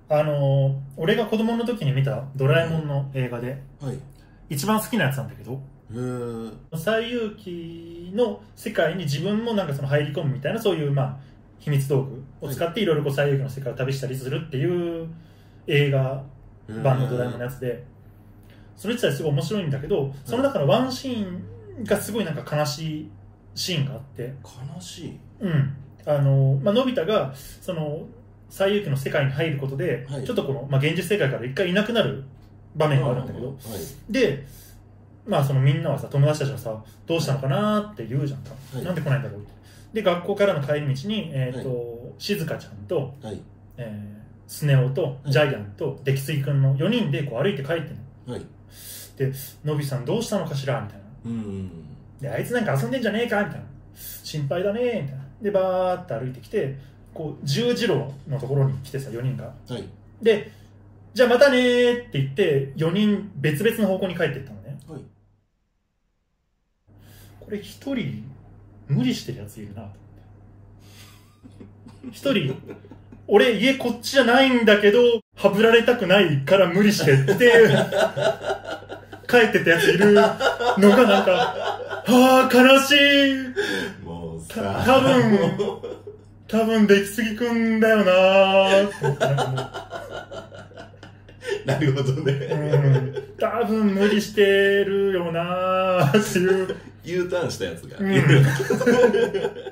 俺が子供の時に見たドラえもんの映画で、 はい。 一番好きなやつなんだけど、 へー。 西遊記の世界に自分もなんかその入り込むみたいな、そういうまあ秘密道具を使っていろいろこう西遊記の世界を旅したりするっていう映画版のドラえもんのやつで、それ自体すごい面白いんだけど、その中のワンシーンがすごいなんか悲しいシーンがあって、 悲しい。 うん、まあ、のび太がその西遊記の世界に入ることで、 はいちょっとこの、まあ、現実世界から一回いなくなる場面があるんだけど、 はい。 で、まあ、そのみんなはさ、友達たちはさ、どうしたのかなって言うじゃんか、 はいなんで来ないんだろうって。で、学校からの帰り道に、 はい静香ちゃんと、 はい。 スネ夫とジャイアンと出来すぎくんの4人でこう歩いて帰ってんの。 はい。 で、のびさんどうしたのかしらみたいな。 うん。 で、あいつなんか遊んでんじゃねえかみたいな。心配だねみたいな。で、バーって歩いてきて、こう十字路のところに来てさ、4人が。 はい。 で、じゃあまたねーって言って4人別々の方向に帰っていったのね。 はい。 これ1人無理してるやついるなと思って。1人、俺家こっちじゃないんだけどはぶられたくないから無理してって帰ってったやついるのがなんか、はあ悲しい。 もうさ、 多分出来すぎくんだよなーって思って、なんかもうなるほどね。 多分無理してるよなーっていう U ターンしたやつが。 うん